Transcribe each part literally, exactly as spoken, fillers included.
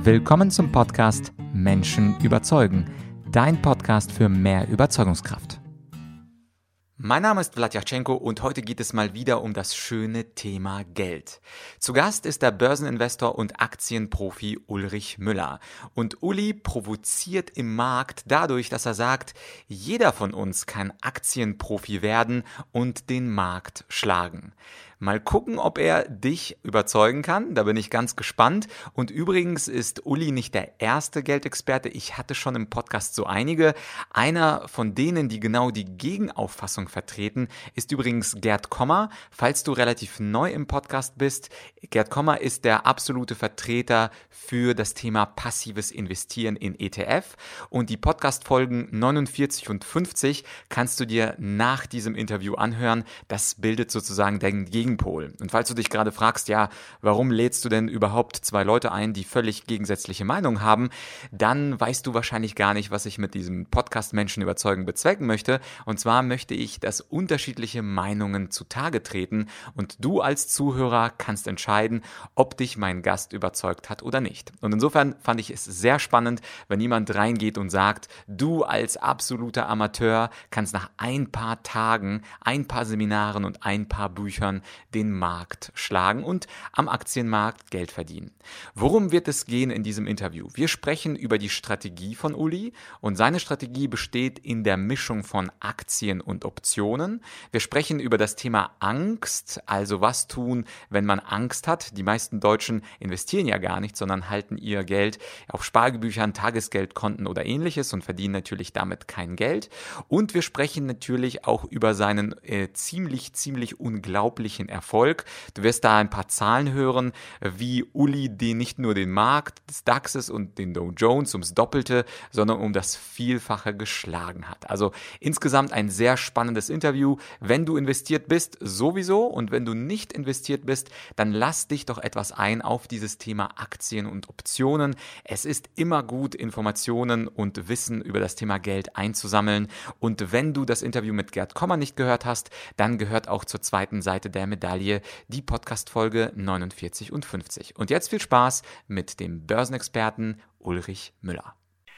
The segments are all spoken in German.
Willkommen zum Podcast Menschen überzeugen, dein Podcast für mehr Überzeugungskraft. Mein Name ist Vladyachenko und heute geht es mal wieder um das schöne Thema Geld. Zu Gast ist der Börseninvestor und Aktienprofi Ulrich Müller. Und Uli provoziert im Markt dadurch, dass er sagt, jeder von uns kann Aktienprofi werden und den Markt schlagen. Mal gucken, ob er dich überzeugen kann. Da bin ich ganz gespannt. Und übrigens ist Uli nicht der erste Geldexperte. Ich hatte schon im Podcast so einige. Einer von denen, die genau die Gegenauffassung vertreten, ist übrigens Gerd Kommer. Falls du relativ neu im Podcast bist, Gerd Kommer ist der absolute Vertreter für das Thema passives Investieren in E T F. Und die Podcast-Folgen neunundvierzig und fünfzig kannst du dir nach diesem Interview anhören. Das bildet sozusagen den Gegenpol. Und falls du dich gerade fragst, ja, warum lädst du denn überhaupt zwei Leute ein, die völlig gegensätzliche Meinungen haben, dann weißt du wahrscheinlich gar nicht, was ich mit diesem Podcast Menschen überzeugen bezwecken möchte. Und zwar möchte ich, dass unterschiedliche Meinungen zutage treten und du als Zuhörer kannst entscheiden, ob dich mein Gast überzeugt hat oder nicht. Und insofern fand ich es sehr spannend, wenn jemand reingeht und sagt, du als absoluter Amateur kannst nach ein paar Tagen, ein paar Seminaren und ein paar Büchern den Markt schlagen und am Aktienmarkt Geld verdienen. Worum wird es gehen in diesem Interview? Wir sprechen über die Strategie von Uli und seine Strategie besteht in der Mischung von Aktien und Optionen. Wir sprechen über das Thema Angst, also was tun, wenn man Angst hat. Die meisten Deutschen investieren ja gar nicht, sondern halten ihr Geld auf Spargebüchern, Tagesgeldkonten oder ähnliches und verdienen natürlich damit kein Geld. Und wir sprechen natürlich auch über seinen äh, ziemlich, ziemlich unglaublichen Erfolg. Du wirst da ein paar Zahlen hören, wie Uli den nicht nur den Markt des DAXes und den Dow Jones ums Doppelte, sondern um das Vielfache geschlagen hat. Also insgesamt ein sehr spannendes Interview. Wenn du investiert bist, sowieso. Und wenn du nicht investiert bist, dann lass dich doch etwas ein auf dieses Thema Aktien und Optionen. Es ist immer gut, Informationen und Wissen über das Thema Geld einzusammeln. Und wenn du das Interview mit Gerd Kommer nicht gehört hast, dann gehört auch zur zweiten Seite der Medaille die Podcast-Folge neunundvierzig und fünfzig. Und jetzt viel Spaß mit dem Börsenexperten Ulrich Müller.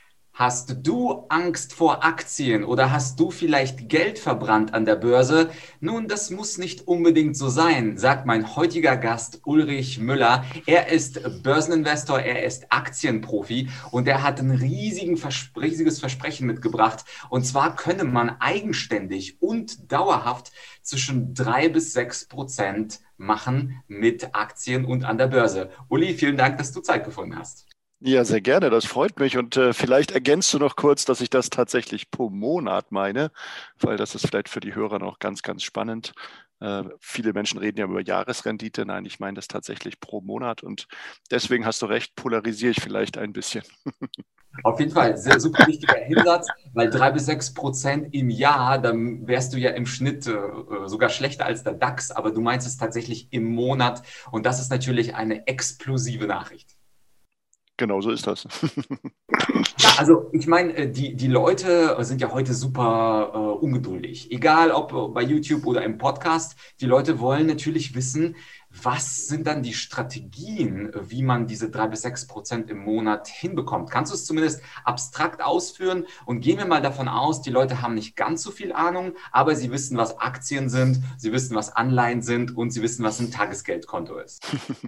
Hast du Angst vor Aktien oder hast du vielleicht Geld verbrannt an der Börse? Nun, das muss nicht unbedingt so sein, sagt mein heutiger Gast Ulrich Müller. Er ist Börseninvestor, er ist Aktienprofi und er hat ein riesigen Verspr- riesiges Versprechen mitgebracht. Und zwar könne man eigenständig und dauerhaft zwischen drei bis sechs Prozent machen mit Aktien und an der Börse. Uli, vielen Dank, dass du Zeit gefunden hast. Ja, sehr gerne, das freut mich und äh, vielleicht ergänzt du noch kurz, dass ich das tatsächlich pro Monat meine, weil das ist vielleicht für die Hörer noch ganz, ganz spannend. Äh, viele Menschen reden ja über Jahresrendite, nein, ich meine das tatsächlich pro Monat und deswegen hast du recht, polarisiere ich vielleicht ein bisschen. Auf jeden Fall, sehr super wichtiger Hinweis, weil drei bis sechs Prozent im Jahr, dann wärst du ja im Schnitt äh, sogar schlechter als der DAX, aber du meinst es tatsächlich im Monat und das ist natürlich eine explosive Nachricht. Genau so ist das. Ja, also ich meine, die, die Leute sind ja heute super äh, ungeduldig. Egal ob bei YouTube oder im Podcast, die Leute wollen natürlich wissen, was sind dann die Strategien, wie man diese drei bis sechs Prozent im Monat hinbekommt? Kannst du es zumindest abstrakt ausführen? Und gehen wir mal davon aus, die Leute haben nicht ganz so viel Ahnung, aber sie wissen, was Aktien sind, sie wissen, was Anleihen sind und sie wissen, was ein Tagesgeldkonto ist.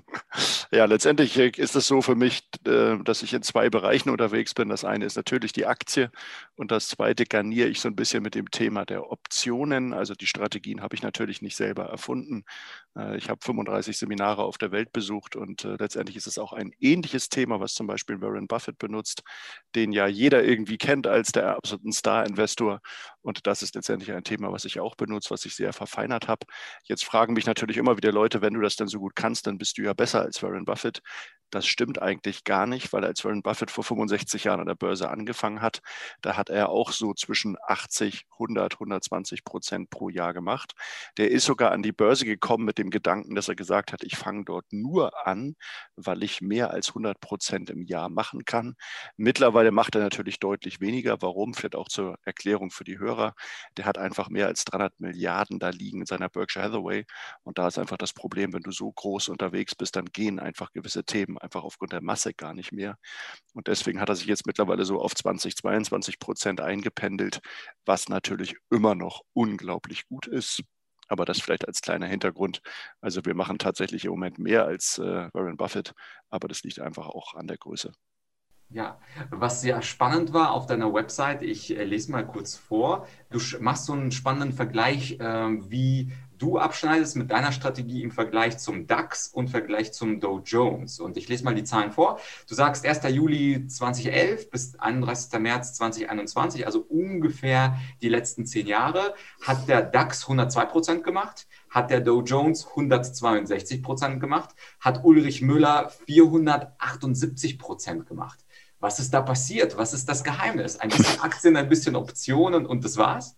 Ja, letztendlich ist es so für mich, dass ich in zwei Bereichen unterwegs bin. Das eine ist natürlich die Aktie und das zweite garniere ich so ein bisschen mit dem Thema der Optionen. Also die Strategien habe ich natürlich nicht selber erfunden. Ich habe fünfunddreißig Seminare auf der Welt besucht und äh, letztendlich ist es auch ein ähnliches Thema, was zum Beispiel Warren Buffett benutzt, den ja jeder irgendwie kennt als der absoluten Star-Investor. Und das ist letztendlich ein Thema, was ich auch benutze, was ich sehr verfeinert habe. Jetzt fragen mich natürlich immer wieder Leute, wenn du das denn so gut kannst, dann bist du ja besser als Warren Buffett. Das stimmt eigentlich gar nicht, weil als Warren Buffett vor fünfundsechzig Jahren an der Börse angefangen hat, da hat er auch so zwischen achtzig, hundert, hundertzwanzig Prozent pro Jahr gemacht. Der ist sogar an die Börse gekommen mit dem Gedanken, dass er gesagt hat, ich fange dort nur an, weil ich mehr als hundert Prozent im Jahr machen kann. Mittlerweile macht er natürlich deutlich weniger. Warum? Vielleicht auch zur Erklärung für die Hörer. Der hat einfach mehr als dreihundert Milliarden da liegen in seiner Berkshire Hathaway. Und da ist einfach das Problem, wenn du so groß unterwegs bist, dann gehen einfach gewisse Themen einfach aufgrund der Masse gar nicht mehr. Und deswegen hat er sich jetzt mittlerweile so auf zwanzig, zweiundzwanzig Prozent eingependelt, was natürlich immer noch unglaublich gut ist. Aber das vielleicht als kleiner Hintergrund. Also wir machen tatsächlich im Moment mehr als äh, Warren Buffett, aber das liegt einfach auch an der Größe. Ja, was sehr spannend war auf deiner Website, ich äh, lese mal kurz vor, du machst so einen spannenden Vergleich, äh, wie du abschneidest mit deiner Strategie im Vergleich zum DAX und im Vergleich zum Dow Jones. Und ich lese mal die Zahlen vor. Du sagst erster Juli zweitausendelf bis einunddreißigster März zweitausendeinundzwanzig, also ungefähr die letzten zehn Jahre, hat der DAX hundertzwei Prozent gemacht, hat der Dow Jones hundertzweiundsechzig Prozent gemacht, hat Ulrich Müller vierhundertachtundsiebzig Prozent gemacht. Was ist da passiert? Was ist das Geheimnis? Ein bisschen Aktien, ein bisschen Optionen und das war's?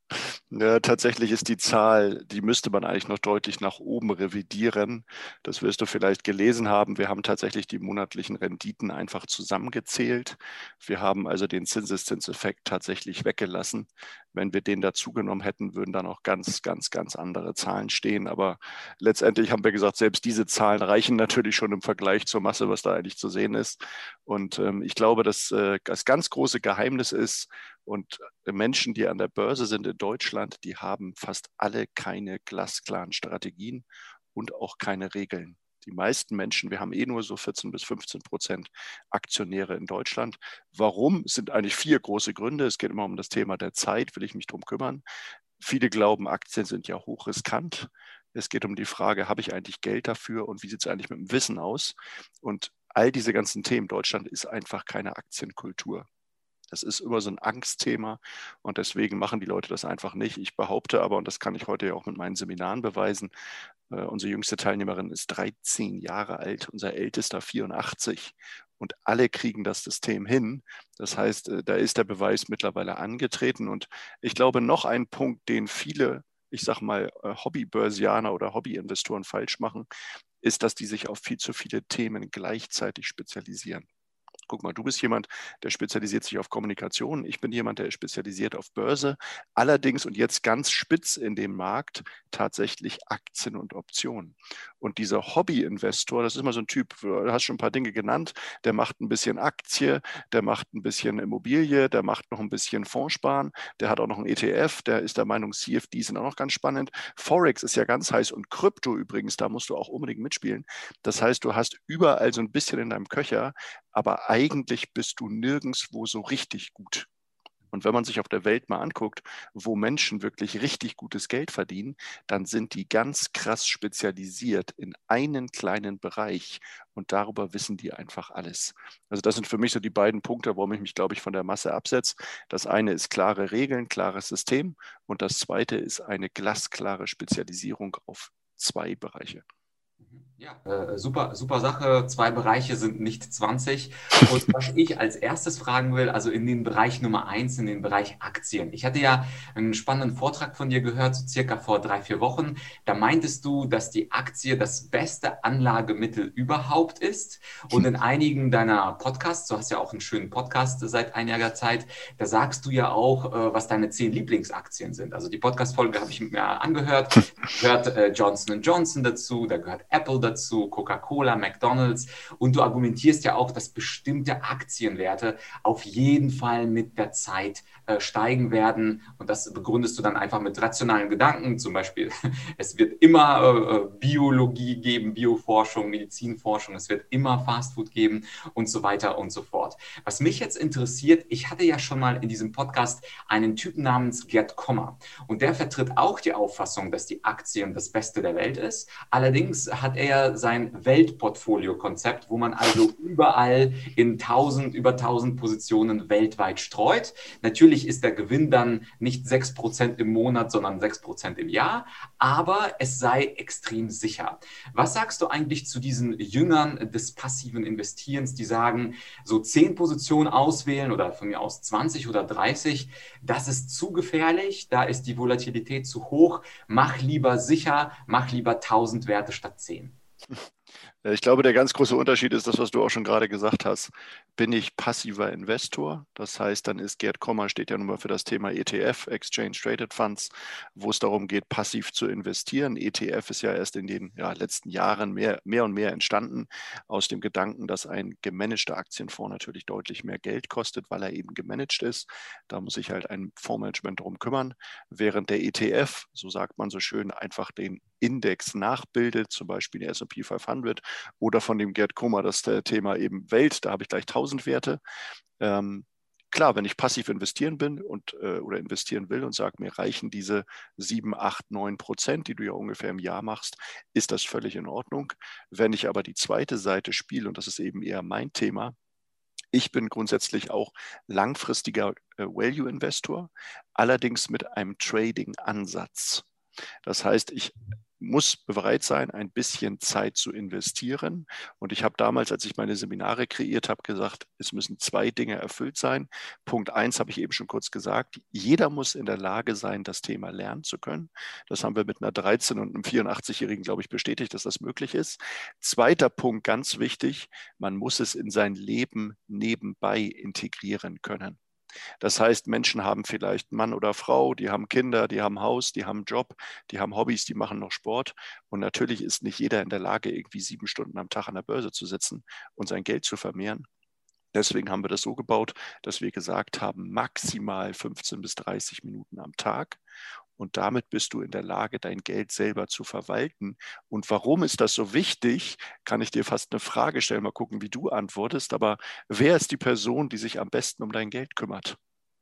Ja, tatsächlich ist die Zahl, die müsste man eigentlich noch deutlich nach oben revidieren. Das wirst du vielleicht gelesen haben. Wir haben tatsächlich die monatlichen Renditen einfach zusammengezählt. Wir haben also den Zinseszinseffekt tatsächlich weggelassen. Wenn wir den dazugenommen hätten, würden dann auch ganz, ganz, ganz andere Zahlen stehen. Aber letztendlich haben wir gesagt, selbst diese Zahlen reichen natürlich schon im Vergleich zur Masse, was da eigentlich zu sehen ist. Und ähm, ich glaube, dass äh, das ganz große Geheimnis ist, und Menschen, die an der Börse sind in Deutschland, die haben fast alle keine glasklaren Strategien und auch keine Regeln. Die meisten Menschen, wir haben eh nur so vierzehn bis fünfzehn Prozent Aktionäre in Deutschland. Warum? Es sind eigentlich vier große Gründe. Es geht immer um das Thema der Zeit, will ich mich drum kümmern. Viele glauben, Aktien sind ja hochriskant. Es geht um die Frage, habe ich eigentlich Geld dafür und wie sieht es eigentlich mit dem Wissen aus? Und all diese ganzen Themen, Deutschland ist einfach keine Aktienkultur. Das ist immer so ein Angstthema und deswegen machen die Leute das einfach nicht. Ich behaupte aber, und das kann ich heute ja auch mit meinen Seminaren beweisen, äh, unsere jüngste Teilnehmerin ist dreizehn Jahre alt, unser ältester vierundachtzig und alle kriegen das System hin. Das heißt, äh, da ist der Beweis mittlerweile angetreten und ich glaube, noch ein Punkt, den viele, ich sag mal, äh, Hobbybörsianer oder Hobbyinvestoren falsch machen, ist, dass die sich auf viel zu viele Themen gleichzeitig spezialisieren. Guck mal, du bist jemand, der spezialisiert sich auf Kommunikation. Ich bin jemand, der ist spezialisiert auf Börse. Allerdings und jetzt ganz spitz in dem Markt tatsächlich Aktien und Optionen. Und dieser Hobby-Investor, das ist immer so ein Typ, du hast schon ein paar Dinge genannt, der macht ein bisschen Aktie, der macht ein bisschen Immobilie, der macht noch ein bisschen Fondssparen, der hat auch noch einen E T F, der ist der Meinung, C F Ds sind auch noch ganz spannend. Forex ist ja ganz heiß und Krypto übrigens, da musst du auch unbedingt mitspielen. Das heißt, du hast überall so ein bisschen in deinem Köcher, aber eigentlich bist du nirgendwo so richtig gut. Und wenn man sich auf der Welt mal anguckt, wo Menschen wirklich richtig gutes Geld verdienen, dann sind die ganz krass spezialisiert in einen kleinen Bereich und darüber wissen die einfach alles. Also das sind für mich so die beiden Punkte, warum ich mich, glaube ich, von der Masse absetze. Das eine ist klare Regeln, klares System und das zweite ist eine glasklare Spezialisierung auf zwei Bereiche. Ja, äh, super, super Sache. Zwei Bereiche sind nicht zwanzig. Und was ich als erstes fragen will, also in den Bereich Nummer eins, in den Bereich Aktien. Ich hatte ja einen spannenden Vortrag von dir gehört, so circa vor drei, vier Wochen. Da meintest du, dass die Aktie das beste Anlagemittel überhaupt ist. Und in einigen deiner Podcasts, du hast ja auch einen schönen Podcast seit einiger Zeit, da sagst du ja auch, äh, was deine zehn Lieblingsaktien sind. Also die Podcast-Folge habe ich mir angehört. Da gehört äh, Johnson und Johnson dazu, da gehört Apple dazu. dazu, Coca-Cola, McDonald's und du argumentierst ja auch, dass bestimmte Aktienwerte auf jeden Fall mit der Zeit äh, steigen werden und das begründest du dann einfach mit rationalen Gedanken, zum Beispiel es wird immer äh, Biologie geben, Bioforschung, Medizinforschung, es wird immer Fastfood geben und so weiter und so fort. Was mich jetzt interessiert, ich hatte ja schon mal in diesem Podcast einen Typen namens Gerd Kommer und der vertritt auch die Auffassung, dass die Aktien das Beste der Welt ist, allerdings hat er ja sein Weltportfolio-Konzept, wo man also überall in tausend, über tausend Positionen weltweit streut. Natürlich ist der Gewinn dann nicht sechs Prozent im Monat, sondern sechs Prozent im Jahr, aber es sei extrem sicher. Was sagst du eigentlich zu diesen Jüngern des passiven Investierens, die sagen, so zehn Positionen auswählen oder von mir aus zwanzig oder dreißig, das ist zu gefährlich, da ist die Volatilität zu hoch, mach lieber sicher, mach lieber tausend Werte statt zehn. Ich glaube, der ganz große Unterschied ist das, was du auch schon gerade gesagt hast. Bin ich passiver Investor? Das heißt, dann ist Gerd Kommer, steht ja nun mal für das Thema E T F, Exchange Traded Funds, wo es darum geht, passiv zu investieren. E T F ist ja erst in den ja, letzten Jahren mehr, mehr und mehr entstanden aus dem Gedanken, dass ein gemanagter Aktienfonds natürlich deutlich mehr Geld kostet, weil er eben gemanagt ist. Da muss sich halt ein Fondsmanagement darum kümmern, während der E T F, so sagt man so schön, einfach den Index nachbildet, zum Beispiel den S und P fünfhundert oder von dem Gerd Kommer das Thema eben Welt, da habe ich gleich tausend Werte. Ähm, klar, wenn ich passiv investieren bin und äh, oder investieren will und sage, mir reichen diese sieben, acht, neun Prozent, die du ja ungefähr im Jahr machst, ist das völlig in Ordnung. Wenn ich aber die zweite Seite spiele, und das ist eben eher mein Thema, ich bin grundsätzlich auch langfristiger äh, Value-Investor, allerdings mit einem Trading-Ansatz. Das heißt, ich muss bereit sein, ein bisschen Zeit zu investieren. Und ich habe damals, als ich meine Seminare kreiert habe, gesagt, es müssen zwei Dinge erfüllt sein. Punkt eins habe ich eben schon kurz gesagt. Jeder muss in der Lage sein, das Thema lernen zu können. Das haben wir mit einer dreizehn- und einem vierundachtzig-Jährigen, glaube ich, bestätigt, dass das möglich ist. Zweiter Punkt, ganz wichtig, man muss es in sein Leben nebenbei integrieren können. Das heißt, Menschen haben vielleicht Mann oder Frau, die haben Kinder, die haben Haus, die haben Job, die haben Hobbys, die machen noch Sport. Und natürlich ist nicht jeder in der Lage, irgendwie sieben Stunden am Tag an der Börse zu sitzen und sein Geld zu vermehren. Deswegen haben wir das so gebaut, dass wir gesagt haben, maximal fünfzehn bis dreißig Minuten am Tag. Und damit bist du in der Lage, dein Geld selber zu verwalten. Und warum ist das so wichtig? Kann ich dir fast eine Frage stellen, mal gucken, wie du antwortest. Aber wer ist die Person, die sich am besten um dein Geld kümmert?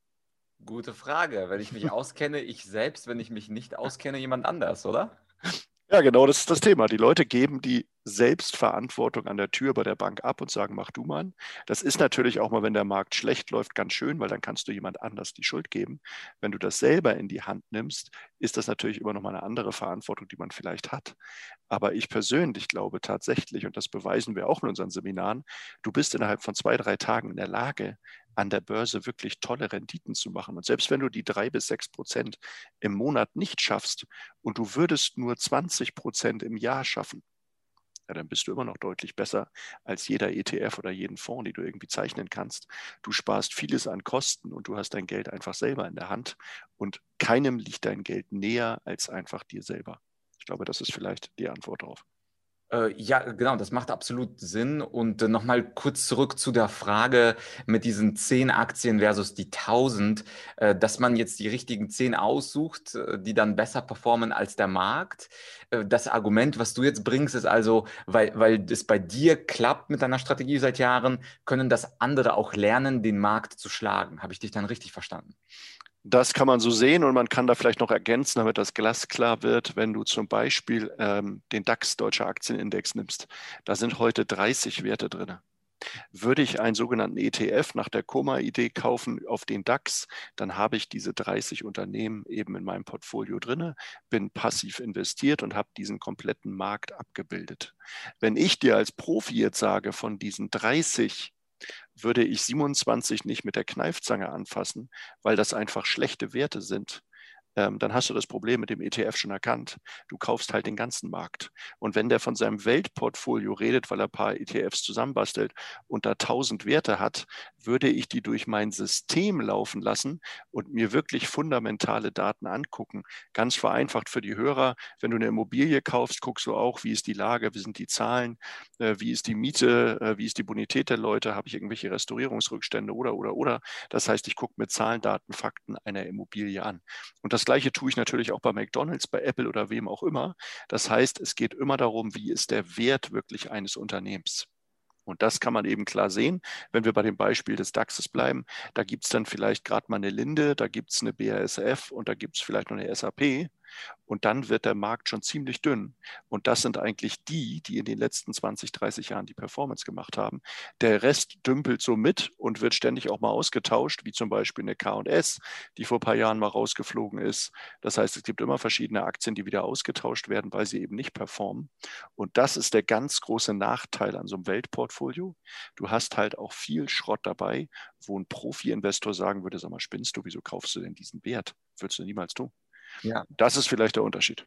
Gute Frage. Wenn ich mich auskenne, ich selbst, wenn ich mich nicht auskenne, jemand anders, oder? Ja, genau, das ist das Thema. Die Leute geben die Selbstverantwortung an der Tür bei der Bank ab und sagen, mach du mal. Das ist natürlich auch mal, wenn der Markt schlecht läuft, ganz schön, weil dann kannst du jemand anders die Schuld geben. Wenn du das selber in die Hand nimmst, ist das natürlich immer noch mal eine andere Verantwortung, die man vielleicht hat. Aber ich persönlich glaube tatsächlich, und das beweisen wir auch in unseren Seminaren, du bist innerhalb von zwei, drei Tagen in der Lage, an der Börse wirklich tolle Renditen zu machen. Und selbst wenn du die drei bis sechs Prozent im Monat nicht schaffst und du würdest nur zwanzig Prozent im Jahr schaffen, ja, dann bist du immer noch deutlich besser als jeder E T F oder jeden Fonds, den du irgendwie zeichnen kannst. Du sparst vieles an Kosten und du hast dein Geld einfach selber in der Hand und keinem liegt dein Geld näher als einfach dir selber. Ich glaube, das ist vielleicht die Antwort darauf. Äh, ja, genau, das macht absolut Sinn. Und äh, nochmal kurz zurück zu der Frage mit diesen zehn Aktien versus die tausend, äh, dass man jetzt die richtigen zehn aussucht, äh, die dann besser performen als der Markt. Äh, das Argument, was du jetzt bringst, ist also, weil, weil es bei dir klappt mit deiner Strategie seit Jahren, können das andere auch lernen, den Markt zu schlagen. Habe ich dich dann richtig verstanden? Das kann man so sehen und man kann da vielleicht noch ergänzen, damit das glasklar wird, wenn du zum Beispiel ähm, den DAX, Deutscher Aktienindex, nimmst. Da sind heute dreißig Werte drin. Würde ich einen sogenannten E T F nach der Koma-Idee kaufen auf den DAX, dann habe ich diese dreißig Unternehmen eben in meinem Portfolio drin, bin passiv investiert und habe diesen kompletten Markt abgebildet. Wenn ich dir als Profi jetzt sage, von diesen dreißig würde ich siebenundzwanzig nicht mit der Kneifzange anfassen, weil das einfach schlechte Werte sind, ähm, dann hast du das Problem mit dem E T F schon erkannt. Du kaufst halt den ganzen Markt. Und wenn der von seinem Weltportfolio redet, weil er ein paar E T Fs zusammenbastelt und da tausend Werte hat, würde ich die durch mein System laufen lassen und mir wirklich fundamentale Daten angucken. Ganz vereinfacht für die Hörer, wenn du eine Immobilie kaufst, guckst du auch, wie ist die Lage, wie sind die Zahlen, äh, wie ist die Miete, äh, wie ist die Bonität der Leute, habe ich irgendwelche Restaurierungsrückstände oder, oder, oder. Das heißt, ich gucke mir Zahlen, Daten, Fakten einer Immobilie an. Und das Gleiche tue ich natürlich auch bei McDonald's, bei Apple oder wem auch immer. Das heißt, es geht immer darum, wie ist der Wert wirklich eines Unternehmens. Und das kann man eben klar sehen, wenn wir bei dem Beispiel des DAXes bleiben. Da gibt es dann vielleicht gerade mal eine Linde, da gibt es eine B A S F und da gibt es vielleicht noch eine S A P. Und dann wird der Markt schon ziemlich dünn. Und das sind eigentlich die, die in den letzten zwanzig, dreißig Jahren die Performance gemacht haben. Der Rest dümpelt so mit und wird ständig auch mal ausgetauscht, wie zum Beispiel eine K und S, die vor ein paar Jahren mal rausgeflogen ist. Das heißt, es gibt immer verschiedene Aktien, die wieder ausgetauscht werden, weil sie eben nicht performen. Und das ist der ganz große Nachteil an so einem Weltportfolio. Du hast halt auch viel Schrott dabei, wo ein Profi-Investor sagen würde, sag mal, spinnst du, wieso kaufst du denn diesen Wert? Würdest du niemals tun. Ja. Das ist vielleicht der Unterschied.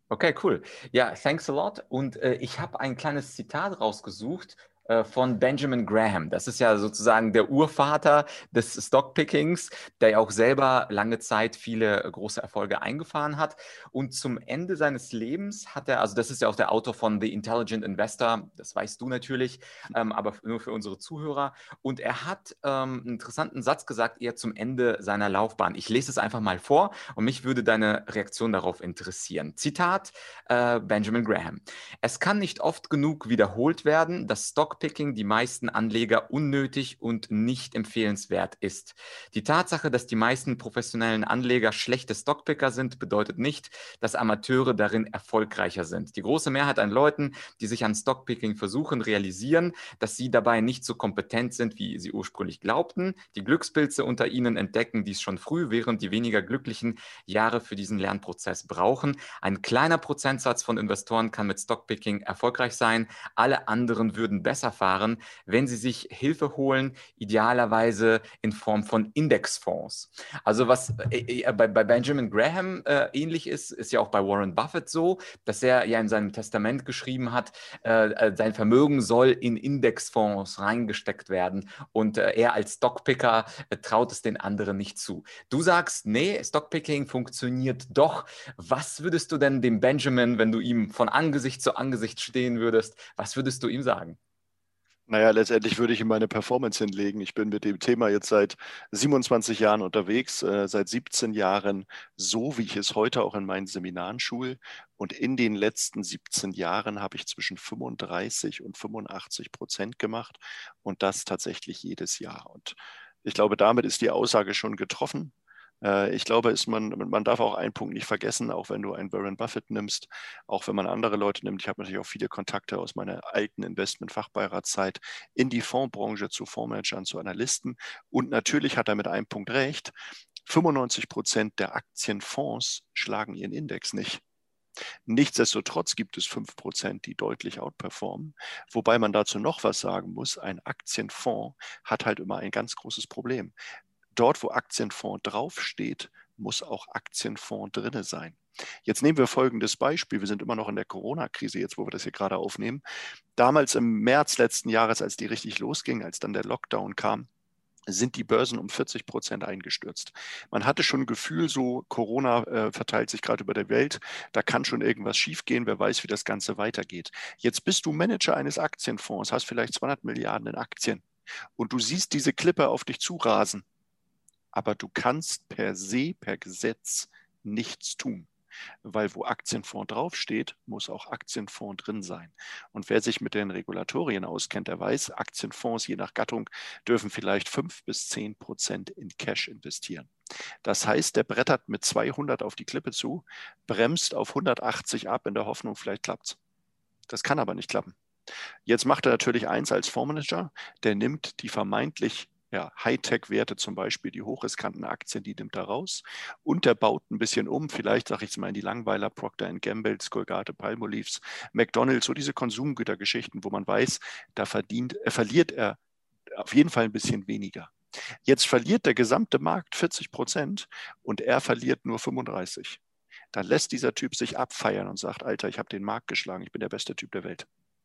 Okay, cool. Ja, thanks a lot. Und äh, ich habe ein kleines Zitat rausgesucht äh, von Benjamin Graham. Das ist ja sozusagen der Urvater des Stockpickings, der ja auch selber lange Zeit viele äh, große Erfolge eingefahren hat. Und zum Ende seines Lebens hat er, also das ist ja auch der Autor von The Intelligent Investor, das weißt du natürlich, ähm, aber nur für unsere Zuhörer. Und er hat ähm, einen interessanten Satz gesagt, eher zum Ende seiner Laufbahn. Ich lese es einfach mal vor und mich würde deine Reaktion darauf interessieren. Zitat äh, Benjamin Graham. Es kann nicht oft genug wiederholt werden, dass Stockpicking die meisten Anleger unnötig und nicht empfehlenswert ist. Die Tatsache, dass die meisten professionellen Anleger schlechte Stockpicker sind, bedeutet nicht, dass Amateure darin erfolgreicher sind. Die große Mehrheit an Leuten, die sich an Stockpicking versuchen, realisieren, dass sie dabei nicht so kompetent sind, wie sie ursprünglich glaubten. Die Glückspilze unter ihnen entdecken dies schon früh, während die weniger glücklichen Jahre für diesen Lernprozess brauchen. Ein kleiner Prozentsatz von Investoren kann mit Stockpicking erfolgreich sein. Alle anderen würden besser fahren, wenn sie sich Hilfe holen, idealerweise in Form von Indexfonds. Also was äh, äh, bei, bei Benjamin Graham äh, ähnlich ist, ist ja auch bei Warren Buffett so, dass er ja in seinem Testament geschrieben hat, äh, sein Vermögen soll in Indexfonds reingesteckt werden und äh, er als Stockpicker äh, traut es den anderen nicht zu. Du sagst, nee, Stockpicking funktioniert doch. Was würdest du denn dem Benjamin, wenn du ihm von Angesicht zu Angesicht stehen würdest, was würdest du ihm sagen? Naja, letztendlich würde ich ihm meine Performance hinlegen. Ich bin mit dem Thema jetzt seit siebenundzwanzig Jahren unterwegs, äh, seit siebzehn Jahren, so wie ich es heute auch in meinen Seminaren schule. Und in den letzten siebzehn Jahren habe ich zwischen fünfunddreißig und fünfundachtzig Prozent gemacht und das tatsächlich jedes Jahr. Und ich glaube, damit ist die Aussage schon getroffen. Ich glaube, ist man, man darf auch einen Punkt nicht vergessen, auch wenn du einen Warren Buffett nimmst, auch wenn man andere Leute nimmt. Ich habe natürlich auch viele Kontakte aus meiner alten Investment-Fachbeiratszeit in die Fondsbranche zu Fondsmanagern, zu Analysten. Und natürlich hat er mit einem Punkt recht. fünfundneunzig Prozent der Aktienfonds schlagen ihren Index nicht. Nichtsdestotrotz gibt es fünf Prozent, die deutlich outperformen. Wobei man dazu noch was sagen muss. Ein Aktienfonds hat halt immer ein ganz großes Problem. Dort, wo Aktienfonds draufsteht, muss auch Aktienfonds drinne sein. Jetzt nehmen wir folgendes Beispiel. Wir sind immer noch in der Corona-Krise, jetzt wo wir das hier gerade aufnehmen. Damals im März letzten Jahres, als die richtig losging, als dann der Lockdown kam, sind die Börsen um vierzig Prozent eingestürzt. Man hatte schon ein Gefühl, so Corona äh, verteilt sich gerade über der Welt, da kann schon irgendwas schiefgehen, wer weiß, wie das Ganze weitergeht. Jetzt bist du Manager eines Aktienfonds, hast vielleicht zweihundert Milliarden in Aktien und du siehst diese Klippe auf dich zurasen. Aber du kannst per se, per Gesetz nichts tun. Weil wo Aktienfonds draufsteht, muss auch Aktienfonds drin sein. Und wer sich mit den Regulatorien auskennt, der weiß, Aktienfonds je nach Gattung dürfen vielleicht fünf bis zehn Prozent in Cash investieren. Das heißt, der brettert mit zweihundert auf die Klippe zu, bremst auf hundertachtzig ab in der Hoffnung, vielleicht klappt es. Das kann aber nicht klappen. Jetzt macht er natürlich eins als Fondsmanager, der nimmt die vermeintlich ja, Hightech-Werte, zum Beispiel die hochriskanten Aktien, die nimmt er raus und der baut ein bisschen um, vielleicht sage ich es mal in die Langweiler, Procter and Gamble, Colgate, Palmolives, McDonald's, so diese Konsumgütergeschichten, wo man weiß, da verdient, äh, verliert er auf jeden Fall ein bisschen weniger. Jetzt verliert der gesamte Markt vierzig Prozent und er verliert nur fünfunddreißig. Dann lässt dieser Typ sich abfeiern und sagt, Alter, ich habe den Markt geschlagen, ich bin der beste Typ der Welt.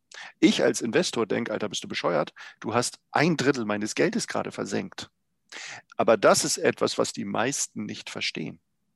Ich als Investor denke, Alter, bist du bescheuert? Du hast ein Drittel meines Geldes gerade versenkt. Aber das ist etwas, was die meisten nicht verstehen.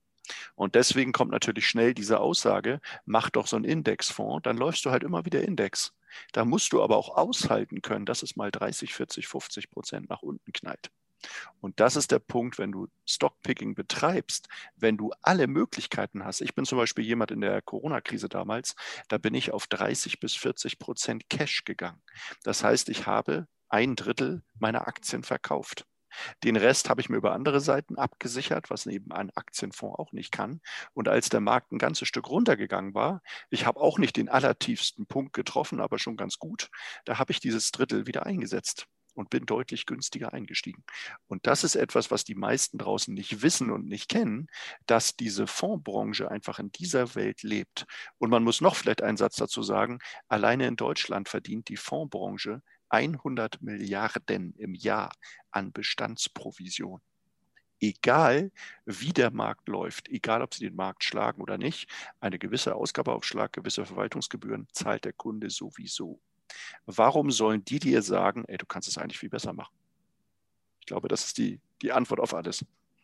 Und deswegen kommt natürlich schnell diese Aussage, mach doch so einen Indexfonds, dann läufst du halt immer wieder Index. Da musst du aber auch aushalten können, dass es mal dreißig, vierzig, fünfzig Prozent nach unten knallt. Und das ist der Punkt, wenn du Stockpicking betreibst, wenn du alle Möglichkeiten hast. Ich bin zum Beispiel jemand in der Corona-Krise damals, da bin ich auf dreißig bis vierzig Prozent Cash gegangen. Das heißt, ich habe ein Drittel meiner Aktien verkauft. Den Rest habe ich mir über andere Seiten abgesichert, was eben ein Aktienfonds auch nicht kann. Und als der Markt ein ganzes Stück runtergegangen war, ich habe auch nicht den allertiefsten Punkt getroffen, aber schon ganz gut, da habe ich dieses Drittel wieder eingesetzt und bin deutlich günstiger eingestiegen. Und das ist etwas, was die meisten draußen nicht wissen und nicht kennen, dass diese Fondsbranche einfach in dieser Welt lebt. Und man muss noch vielleicht einen Satz dazu sagen, alleine in Deutschland verdient die Fondsbranche hundert Milliarden im Jahr an Bestandsprovision. egal wie der Markt läuft, egal ob sie den Markt schlagen oder nicht, eine gewisse Ausgabeaufschlag, gewisse Verwaltungsgebühren zahlt der Kunde sowieso. Warum sollen die dir sagen, ey, du kannst es eigentlich viel besser machen? Ich glaube, das ist die, die Antwort auf alles.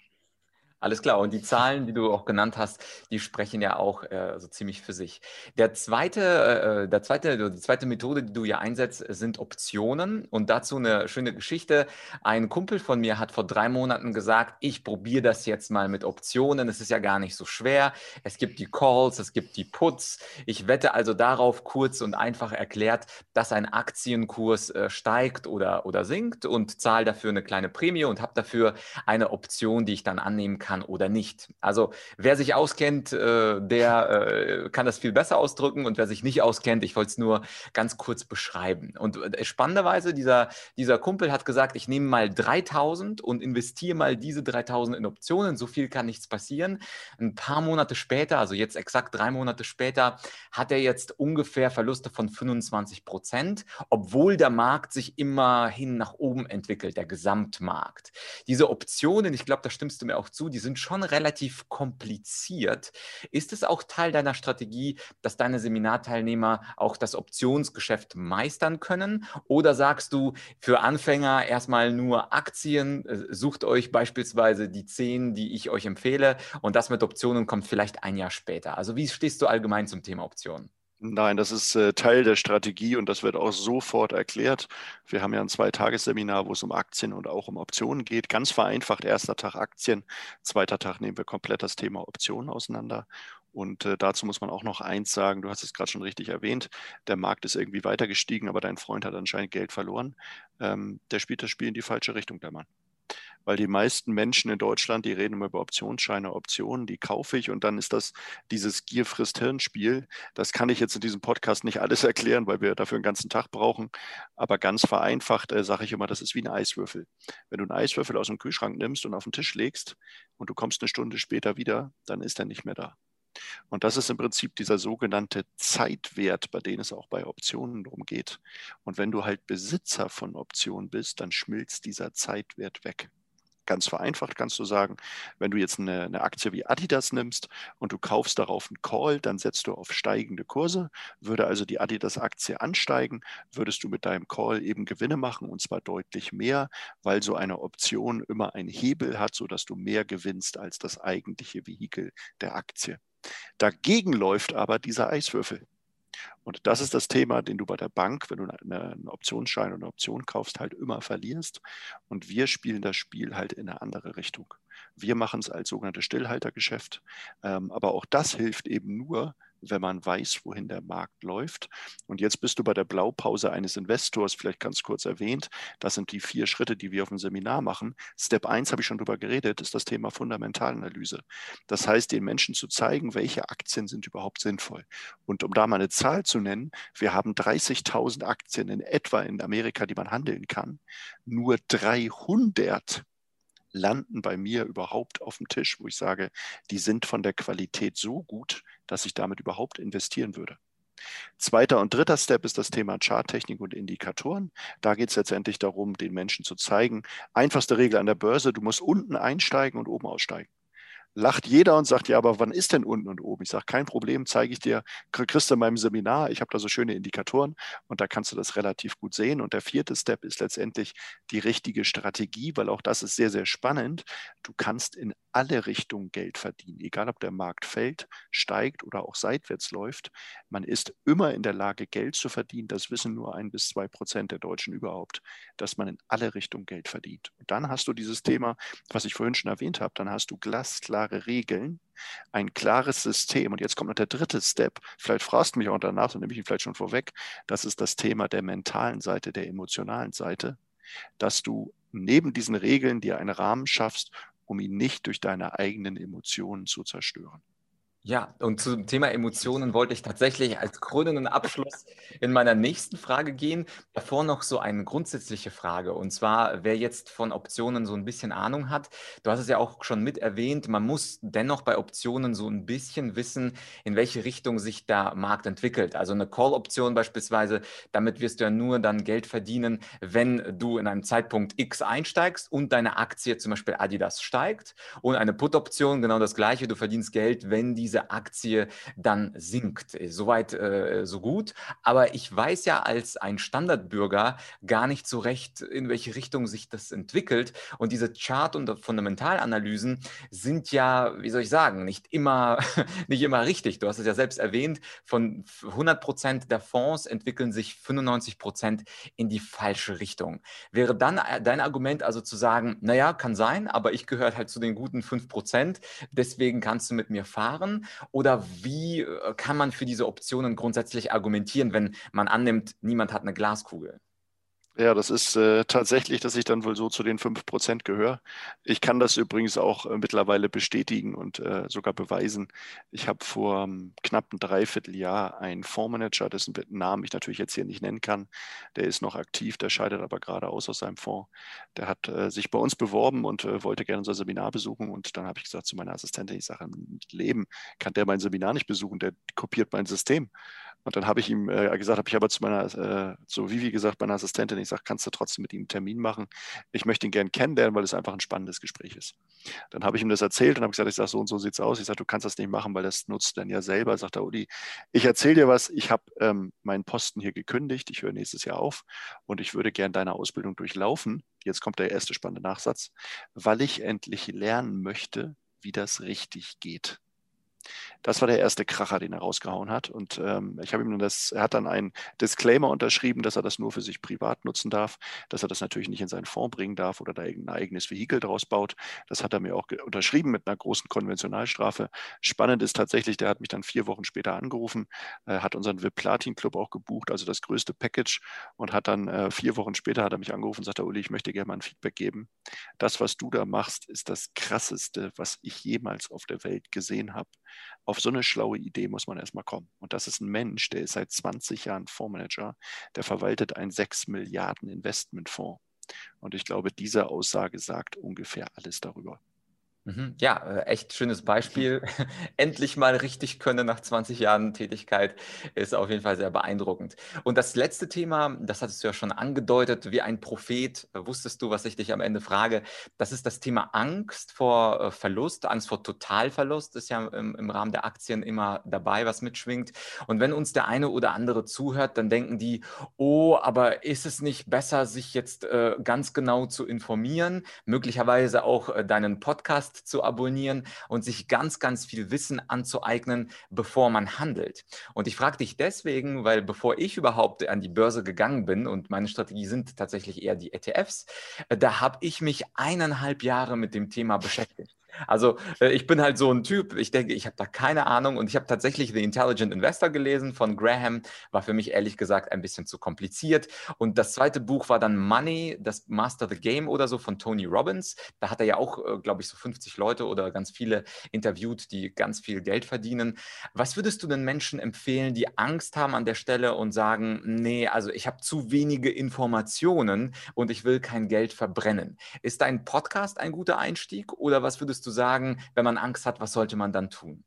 Alles klar. Und die Zahlen, die du auch genannt hast, die sprechen ja auch äh, so ziemlich für sich. Der zweite, äh, der zweite, die zweite Methode, die du ja einsetzt, sind Optionen. Und dazu eine schöne Geschichte. Ein Kumpel von mir hat vor drei Monaten gesagt, ich probiere das jetzt mal mit Optionen. Es ist ja gar nicht so schwer. Es gibt die Calls, es gibt die Puts. Ich wette also darauf, kurz und einfach erklärt, dass ein Aktienkurs äh, steigt oder, oder sinkt und zahle dafür eine kleine Prämie und habe dafür eine Option, die ich dann annehmen kann oder nicht. Also wer sich auskennt, äh, der äh, kann das viel besser ausdrücken und wer sich nicht auskennt, ich wollte es nur ganz kurz beschreiben. Und äh, spannenderweise, dieser, dieser Kumpel hat gesagt, ich nehme mal dreitausend und investiere mal diese dreitausend in Optionen, so viel kann nichts passieren. Ein paar Monate später, also jetzt exakt drei Monate später, hat er jetzt ungefähr Verluste von fünfundzwanzig Prozent, obwohl der Markt sich immerhin nach oben entwickelt, der Gesamtmarkt. Diese Optionen, ich glaube, da stimmst du mir auch zu, die sind schon relativ kompliziert. Ist es auch Teil deiner Strategie, dass deine Seminarteilnehmer auch das Optionsgeschäft meistern können? Oder sagst du, für Anfänger erstmal nur Aktien, sucht euch beispielsweise die zehn, die ich euch empfehle und das mit Optionen kommt vielleicht ein Jahr später? Also wie stehst du allgemein zum Thema Optionen? Nein, das ist äh, Teil der Strategie und das wird auch sofort erklärt. Wir haben ja ein Zweitagesseminar, wo es um Aktien und auch um Optionen geht. Ganz vereinfacht, erster Tag Aktien, zweiter Tag nehmen wir komplett das Thema Optionen auseinander. Und äh, dazu muss man auch noch eins sagen, du hast es gerade schon richtig erwähnt, der Markt ist irgendwie weiter gestiegen, aber dein Freund hat anscheinend Geld verloren. Ähm, der spielt das Spiel in die falsche Richtung, der Mann. Weil die meisten Menschen in Deutschland, die reden immer über Optionsscheine, Optionen, die kaufe ich und dann ist das dieses Gier frisst Hirn-Spiel. Das kann ich jetzt in diesem Podcast nicht alles erklären, weil wir dafür einen ganzen Tag brauchen. Aber ganz vereinfacht äh, sage ich immer, das ist wie ein Eiswürfel. Wenn du einen Eiswürfel aus dem Kühlschrank nimmst und auf den Tisch legst und du kommst eine Stunde später wieder, dann ist er nicht mehr da. Und das ist im Prinzip dieser sogenannte Zeitwert, bei dem es auch bei Optionen darum geht. Und wenn du halt Besitzer von Optionen bist, dann schmilzt dieser Zeitwert weg. Ganz vereinfacht kannst du sagen, wenn du jetzt eine, eine Aktie wie Adidas nimmst und du kaufst darauf einen Call, dann setzt du auf steigende Kurse. Würde also die Adidas-Aktie ansteigen, würdest du mit deinem Call eben Gewinne machen und zwar deutlich mehr, weil so eine Option immer einen Hebel hat, sodass du mehr gewinnst als das eigentliche Vehikel der Aktie. Dagegen läuft aber dieser Eiswürfel. Und das ist das Thema, den du bei der Bank, wenn du eine, einen Optionsschein oder eine Option kaufst, halt immer verlierst. Und wir spielen das Spiel halt in eine andere Richtung. Wir machen es als sogenanntes Stillhaltergeschäft. Ähm, aber auch das hilft eben nur, wenn man weiß, wohin der Markt läuft. Und jetzt bist du bei der Blaupause eines Investors, vielleicht ganz kurz erwähnt. Das sind die vier Schritte, die wir auf dem Seminar machen. Step eins, habe ich schon drüber geredet, ist das Thema Fundamentalanalyse. Das heißt, den Menschen zu zeigen, welche Aktien sind überhaupt sinnvoll. Und um da mal eine Zahl zu nennen, wir haben dreißigtausend Aktien in etwa in Amerika, die man handeln kann. Nur dreihundert landen bei mir überhaupt auf dem Tisch, wo ich sage, die sind von der Qualität so gut, dass ich damit überhaupt investieren würde. Zweiter und dritter Step ist das Thema Charttechnik und Indikatoren. Da geht es letztendlich darum, den Menschen zu zeigen, einfachste Regel an der Börse, du musst unten einsteigen und oben aussteigen. Lacht jeder und sagt, ja, aber wann ist denn unten und oben? Ich sage, kein Problem, zeige ich dir, kriegst du in meinem Seminar, ich habe da so schöne Indikatoren und da kannst du das relativ gut sehen. Und der vierte Step ist letztendlich die richtige Strategie, weil auch das ist sehr, sehr spannend. Du kannst in alle Richtungen Geld verdienen, egal ob der Markt fällt, steigt oder auch seitwärts läuft. Man ist immer in der Lage, Geld zu verdienen. Das wissen nur ein bis zwei Prozent der Deutschen überhaupt, dass man in alle Richtungen Geld verdient. Und dann hast du dieses Thema, was ich vorhin schon erwähnt habe, dann hast du glasklar Regeln, ein klares System. Und jetzt kommt noch der dritte Step. Vielleicht fragst du mich auch danach, dann nehme ich ihn vielleicht schon vorweg. Das ist das Thema der mentalen Seite, der emotionalen Seite, dass du neben diesen Regeln dir einen Rahmen schaffst, um ihn nicht durch deine eigenen Emotionen zu zerstören. Ja, und zum Thema Emotionen wollte ich tatsächlich als krönenden Abschluss in meiner nächsten Frage gehen. Davor noch so eine grundsätzliche Frage. Und zwar, wer jetzt von Optionen so ein bisschen Ahnung hat, du hast es ja auch schon mit erwähnt, man muss dennoch bei Optionen so ein bisschen wissen, in welche Richtung sich der Markt entwickelt. Also eine Call-Option beispielsweise, damit wirst du ja nur dann Geld verdienen, wenn du in einem Zeitpunkt X einsteigst und deine Aktie, zum Beispiel Adidas, steigt. Und eine Put-Option, genau das Gleiche. Du verdienst Geld, wenn diese Aktie dann sinkt. Soweit, äh, so gut. Aber ich weiß ja als ein Standardbürger gar nicht so recht, in welche Richtung sich das entwickelt. Und diese Chart- und Fundamentalanalysen sind ja, wie soll ich sagen, nicht immer, nicht immer richtig. Du hast es ja selbst erwähnt, von hundert Prozent der Fonds entwickeln sich fünfundneunzig Prozent in die falsche Richtung. Wäre dann dein Argument also zu sagen, naja, kann sein, aber ich gehöre halt zu den guten fünf Prozent, deswegen kannst du mit mir fahren? Oder wie äh, kann man für diese Optionen grundsätzlich argumentieren, wenn man annimmt, niemand hat eine Glaskugel? Ja, das ist äh, tatsächlich, dass ich dann wohl so zu den fünf Prozent gehöre. Ich kann das übrigens auch äh, mittlerweile bestätigen und äh, sogar beweisen. Ich habe vor ähm, knapp einem Dreivierteljahr einen Fondsmanager, dessen Namen ich natürlich jetzt hier nicht nennen kann. Der ist noch aktiv, der scheidet aber gerade aus aus seinem Fonds. Der hat äh, sich bei uns beworben und äh, wollte gerne unser Seminar besuchen. Und dann habe ich gesagt zu meiner Assistentin, ich sage, im Leben kann der mein Seminar nicht besuchen, der kopiert mein System. Und dann habe ich ihm äh, gesagt, habe ich aber zu meiner, äh, zu Vivi gesagt, meiner Assistentin, ich sage, kannst du trotzdem mit ihm einen Termin machen? Ich möchte ihn gern kennenlernen, weil es einfach ein spannendes Gespräch ist. Dann habe ich ihm das erzählt und habe gesagt, ich sage, so und so sieht es aus. Ich sage, du kannst das nicht machen, weil das nutzt dann ja selber. Sagt er, Uli, ich erzähle dir was, ich habe ähm, meinen Posten hier gekündigt, ich höre nächstes Jahr auf und ich würde gern deine Ausbildung durchlaufen. Jetzt kommt der erste spannende Nachsatz, weil ich endlich lernen möchte, wie das richtig geht. Das war der erste Kracher, den er rausgehauen hat. Und ähm, ich habe ihm das, er hat dann einen Disclaimer unterschrieben, dass er das nur für sich privat nutzen darf, dass er das natürlich nicht in seinen Fonds bringen darf oder da irgendein eigenes Vehikel draus baut. Das hat er mir auch unterschrieben mit einer großen Konventionalstrafe. Spannend ist tatsächlich, der hat mich dann vier Wochen später angerufen, äh, hat unseren V I P-Platin-Club auch gebucht, also das größte Package, und hat dann äh, vier Wochen später hat er mich angerufen und sagte, Uli, ich möchte gerne mal ein Feedback geben. Das, was du da machst, ist das Krasseste, was ich jemals auf der Welt gesehen habe. Auf so eine schlaue Idee muss man erstmal kommen. Und das ist ein Mensch, der ist seit zwanzig Jahren Fondsmanager, der verwaltet einen sechs Milliarden Investmentfonds. Und ich glaube, diese Aussage sagt ungefähr alles darüber. Mhm. Ja, äh, echt schönes Beispiel. Endlich mal richtig können nach zwanzig Jahren Tätigkeit ist auf jeden Fall sehr beeindruckend. Und das letzte Thema, das hattest du ja schon angedeutet, wie ein Prophet, äh, wusstest du, was ich dich am Ende frage. Das ist das Thema Angst vor äh, Verlust, Angst vor Totalverlust ist ja im, im Rahmen der Aktien immer dabei, was mitschwingt. Und wenn uns der eine oder andere zuhört, dann denken die, oh, aber ist es nicht besser, sich jetzt äh, ganz genau zu informieren, möglicherweise auch äh, deinen Podcast zu abonnieren und sich ganz, ganz viel Wissen anzueignen, bevor man handelt. Und ich frage dich deswegen, weil bevor ich überhaupt an die Börse gegangen bin und meine Strategie sind tatsächlich eher die E T Fs, äh, da habe ich mich eineinhalb Jahre mit dem Thema beschäftigt. Also äh, ich bin halt so ein Typ, ich denke, ich habe da keine Ahnung und ich habe tatsächlich The Intelligent Investor gelesen von Graham, war für mich ehrlich gesagt ein bisschen zu kompliziert. Und das zweite Buch war dann Money, das Master the Game oder so von Tony Robbins. Da hat er ja auch, äh, glaube ich, so fünfzig Leute oder ganz viele interviewt, die ganz viel Geld verdienen. Was würdest du den Menschen empfehlen, die Angst haben an der Stelle und sagen, nee, also ich habe zu wenige Informationen und ich will kein Geld verbrennen? Ist dein Podcast ein guter Einstieg oder was würdest du sagen, wenn man Angst hat, was sollte man dann tun?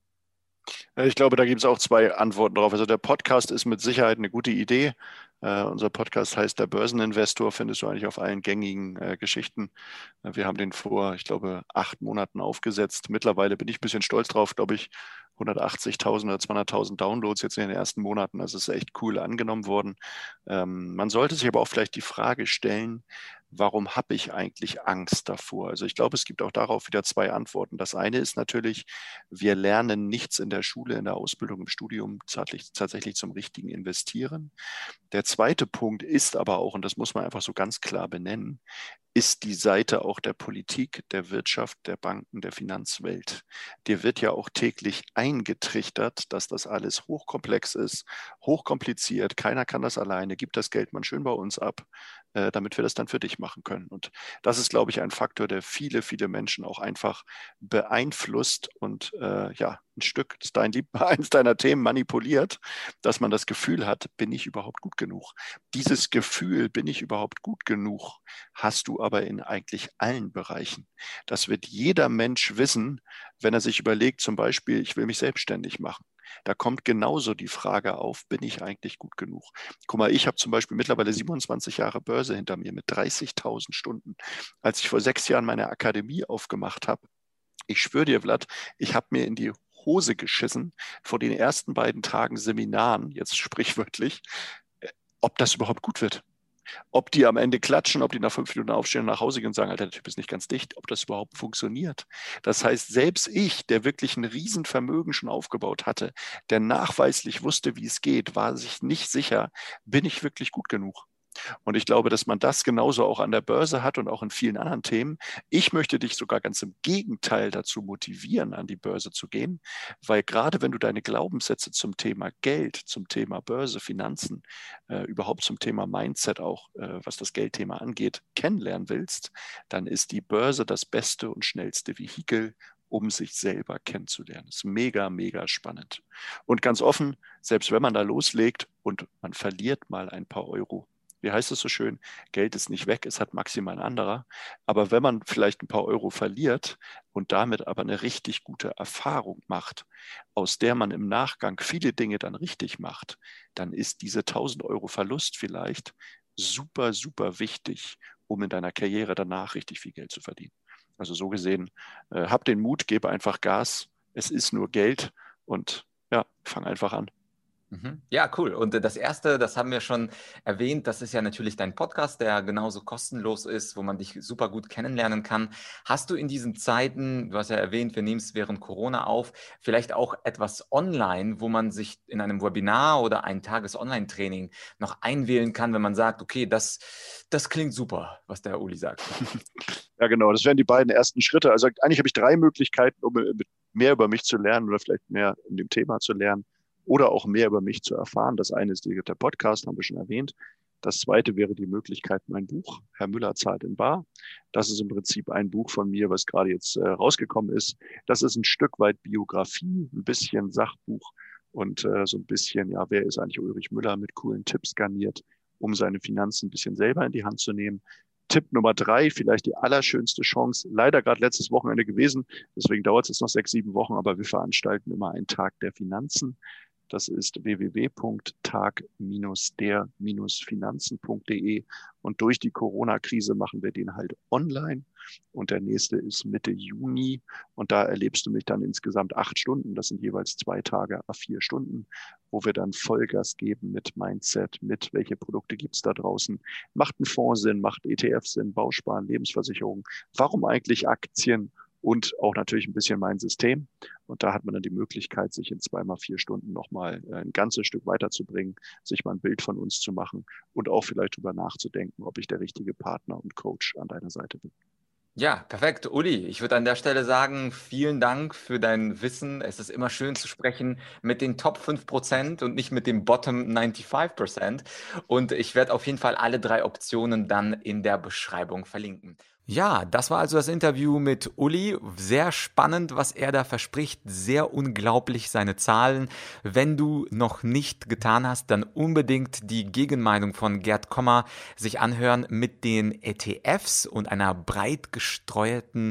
Ich glaube, da gibt es auch zwei Antworten drauf. Also der Podcast ist mit Sicherheit eine gute Idee. Uh, unser Podcast heißt Der Börseninvestor, findest du eigentlich auf allen gängigen uh, Geschichten. Uh, wir haben den vor, ich glaube, acht Monaten aufgesetzt. Mittlerweile bin ich ein bisschen stolz drauf, glaube ich, hundertachtzigtausend oder zweihunderttausend Downloads jetzt in den ersten Monaten. Also es ist echt cool angenommen worden. Ähm, man sollte sich aber auch vielleicht die Frage stellen, warum habe ich eigentlich Angst davor? Also ich glaube, es gibt auch darauf wieder zwei Antworten. Das eine ist natürlich, wir lernen nichts in der Schule, in der Ausbildung, im Studium tatsächlich, tatsächlich zum richtigen Investieren. Der zweite Punkt ist aber auch, und das muss man einfach so ganz klar benennen, ist die Seite auch der Politik, der Wirtschaft, der Banken, der Finanzwelt. Dir wird ja auch täglich eingetrichtert, dass das alles hochkomplex ist, hochkompliziert, keiner kann das alleine, gibt das Geld man schön bei uns ab. äh, damit wir das dann für dich machen können. Und das ist, glaube ich, ein Faktor, der viele, viele Menschen auch einfach beeinflusst und äh, ja, ein Stück, das ist dein Lieb, eins deiner Themen manipuliert, dass man das Gefühl hat, bin ich überhaupt gut genug? Dieses Gefühl, bin ich überhaupt gut genug, hast du aber in eigentlich allen Bereichen. Das wird jeder Mensch wissen, wenn er sich überlegt, zum Beispiel, ich will mich selbstständig machen. Da kommt genauso die Frage auf, bin ich eigentlich gut genug? Guck mal, ich habe zum Beispiel mittlerweile siebenundzwanzig Jahre Börse hinter mir mit dreißigtausend Stunden. Als ich vor sechs Jahren meine Akademie aufgemacht habe, ich schwöre dir, Vlad, ich habe mir in die Hose geschissen vor den ersten beiden Tagen Seminaren, jetzt sprichwörtlich, ob das überhaupt gut wird. Ob die am Ende klatschen, ob die nach fünf Minuten aufstehen und nach Hause gehen und sagen, Alter, der Typ ist nicht ganz dicht, ob das überhaupt funktioniert. Das heißt, selbst ich, der wirklich ein Riesenvermögen schon aufgebaut hatte, der nachweislich wusste, wie es geht, war sich nicht sicher, bin ich wirklich gut genug? Und ich glaube, dass man das genauso auch an der Börse hat und auch in vielen anderen Themen. Ich möchte dich sogar ganz im Gegenteil dazu motivieren, an die Börse zu gehen, weil gerade wenn du deine Glaubenssätze zum Thema Geld, zum Thema Börse, Finanzen, äh, überhaupt zum Thema Mindset auch, äh, was das Geldthema angeht, kennenlernen willst, dann ist die Börse das beste und schnellste Vehikel, um sich selber kennenzulernen. Das ist mega, mega spannend. Und ganz offen, selbst wenn man da loslegt und man verliert mal ein paar Euro, wie heißt es so schön, Geld ist nicht weg, es hat maximal ein anderer. Aber wenn man vielleicht ein paar Euro verliert und damit aber eine richtig gute Erfahrung macht, aus der man im Nachgang viele Dinge dann richtig macht, dann ist diese tausend Euro Verlust vielleicht super, super wichtig, um in deiner Karriere danach richtig viel Geld zu verdienen. Also so gesehen, äh, hab den Mut, gebe einfach Gas. Es ist nur Geld und ja, fang einfach an. Ja, cool. Und das Erste, das haben wir schon erwähnt, das ist ja natürlich dein Podcast, der genauso kostenlos ist, wo man dich super gut kennenlernen kann. Hast du in diesen Zeiten, du hast ja erwähnt, wir nehmen es während Corona auf, vielleicht auch etwas online, wo man sich in einem Webinar oder ein Tages-Online-Training noch einwählen kann, wenn man sagt, okay, das, das klingt super, was der Uli sagt. Ja, genau, das wären die beiden ersten Schritte. Also eigentlich habe ich drei Möglichkeiten, um mehr über mich zu lernen oder vielleicht mehr in dem Thema zu lernen. Oder auch mehr über mich zu erfahren. Das eine ist der Podcast, haben wir schon erwähnt. Das zweite wäre die Möglichkeit, mein Buch, Herr Müller zahlt in bar. Das ist im Prinzip ein Buch von mir, was gerade jetzt äh, rausgekommen ist. Das ist ein Stück weit Biografie, ein bisschen Sachbuch und äh, so ein bisschen, ja, wer ist eigentlich Ulrich Müller, mit coolen Tipps garniert, um seine Finanzen ein bisschen selber in die Hand zu nehmen. Tipp Nummer drei, vielleicht die allerschönste Chance, leider gerade letztes Wochenende gewesen, deswegen dauert es jetzt noch sechs, sieben Wochen, aber wir veranstalten immer einen Tag der Finanzen. Das ist w w w punkt tag der finanzen punkt de und durch die Corona-Krise machen wir den halt online und der nächste ist Mitte Juni und da erlebst du mich dann insgesamt acht Stunden, das sind jeweils zwei Tage, a vier Stunden, wo wir dann Vollgas geben mit Mindset, mit welche Produkte gibt's da draußen, macht ein Fonds Sinn, macht E T F Sinn, Bausparen, Lebensversicherung, warum eigentlich Aktien? Und auch natürlich ein bisschen mein System. Und da hat man dann die Möglichkeit, sich in zweimal vier Stunden nochmal ein ganzes Stück weiterzubringen, sich mal ein Bild von uns zu machen und auch vielleicht darüber nachzudenken, ob ich der richtige Partner und Coach an deiner Seite bin. Ja, perfekt. Uli, ich würde an der Stelle sagen, vielen Dank für dein Wissen. Es ist immer schön zu sprechen mit den Top fünf Prozent und nicht mit dem Bottom fünfundneunzig Prozent. Und ich werde auf jeden Fall alle drei Optionen dann in der Beschreibung verlinken. Ja, das war also das Interview mit Uli. Sehr spannend, was er da verspricht. Sehr unglaublich, seine Zahlen. Wenn du noch nicht getan hast, dann unbedingt die Gegenmeinung von Gerd Kommer sich anhören mit den E T Fs und einer breit gestreuten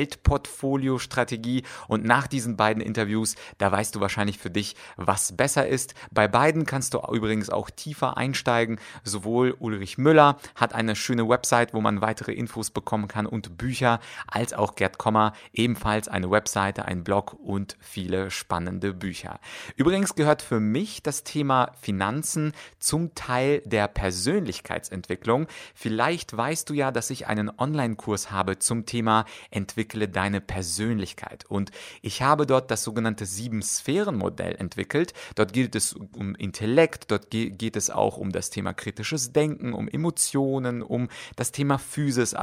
Weltportfolio-Strategie. Und nach diesen beiden Interviews, da weißt du wahrscheinlich für dich, was besser ist. Bei beiden kannst du übrigens auch tiefer einsteigen. Sowohl Ulrich Müller hat eine schöne Website, wo man weitere Infos bekommt kann und Bücher, als auch Gerd Kommer, ebenfalls eine Webseite, ein Blog und viele spannende Bücher. Übrigens gehört für mich das Thema Finanzen zum Teil der Persönlichkeitsentwicklung. Vielleicht weißt du ja, dass ich einen Online-Kurs habe zum Thema Entwickle deine Persönlichkeit und ich habe dort das sogenannte Sieben-Sphären-Modell entwickelt. Dort geht es um Intellekt, dort geht es auch um das Thema kritisches Denken, um Emotionen, um das Thema Physis, also unsere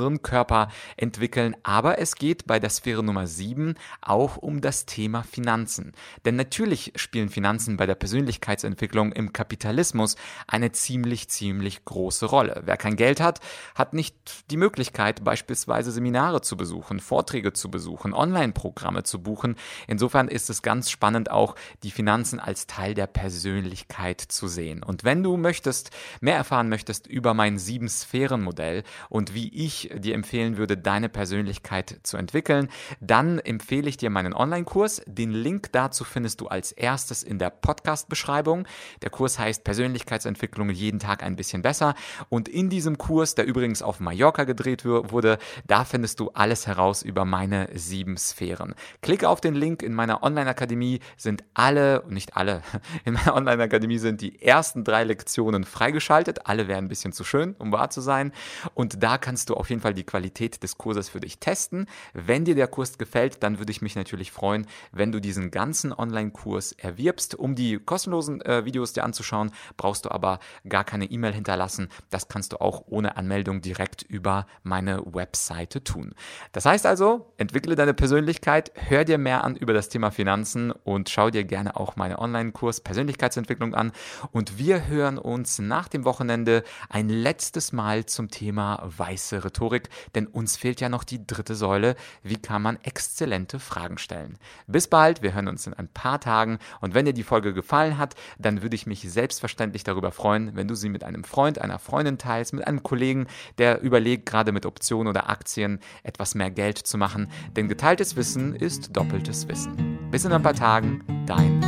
Hirnkörper entwickeln. Aber es geht bei der Sphäre Nummer sieben auch um das Thema Finanzen. Denn natürlich spielen Finanzen bei der Persönlichkeitsentwicklung im Kapitalismus eine ziemlich, ziemlich große Rolle. Wer kein Geld hat, hat nicht die Möglichkeit, beispielsweise Seminare zu besuchen, Vorträge zu besuchen, Online-Programme zu buchen. Insofern ist es ganz spannend, auch die Finanzen als Teil der Persönlichkeit zu sehen. Und wenn du möchtest, mehr erfahren möchtest über mein Sieben-Sphären-Modell und wie ich dir empfehlen würde, deine Persönlichkeit zu entwickeln, dann empfehle ich dir meinen Online-Kurs. Den Link dazu findest du als erstes in der Podcast-Beschreibung. Der Kurs heißt Persönlichkeitsentwicklung jeden Tag ein bisschen besser. Und in diesem Kurs, der übrigens auf Mallorca gedreht wurde, da findest du alles heraus über meine sieben Sphären. Klicke auf den Link. In meiner Online-Akademie sind alle, nicht alle, in meiner Online-Akademie sind die ersten drei Lektionen freigeschaltet. Alle wären ein bisschen zu schön, um wahr zu sein. Und da kannst du auf jeden Fall die Qualität des Kurses für dich testen. Wenn dir der Kurs gefällt, dann würde ich mich natürlich freuen, wenn du diesen ganzen Online-Kurs erwirbst. Um die kostenlosen äh, Videos dir anzuschauen, brauchst du aber gar keine E-Mail hinterlassen. Das kannst du auch ohne Anmeldung direkt über meine Webseite tun. Das heißt also, entwickle deine Persönlichkeit, hör dir mehr an über das Thema Finanzen und schau dir gerne auch meinen Online-Kurs Persönlichkeitsentwicklung an. Und wir hören uns nach dem Wochenende ein letztes Mal zum Thema weiße Rhetorik, denn uns fehlt ja noch die dritte Säule. Wie kann man exzellente Fragen stellen? Bis bald, wir hören uns in ein paar Tagen und wenn dir die Folge gefallen hat, dann würde ich mich selbstverständlich darüber freuen, wenn du sie mit einem Freund, einer Freundin teilst, mit einem Kollegen, der überlegt, gerade mit Optionen oder Aktien etwas mehr Geld zu machen, denn geteiltes Wissen ist doppeltes Wissen. Bis in ein paar Tagen, dein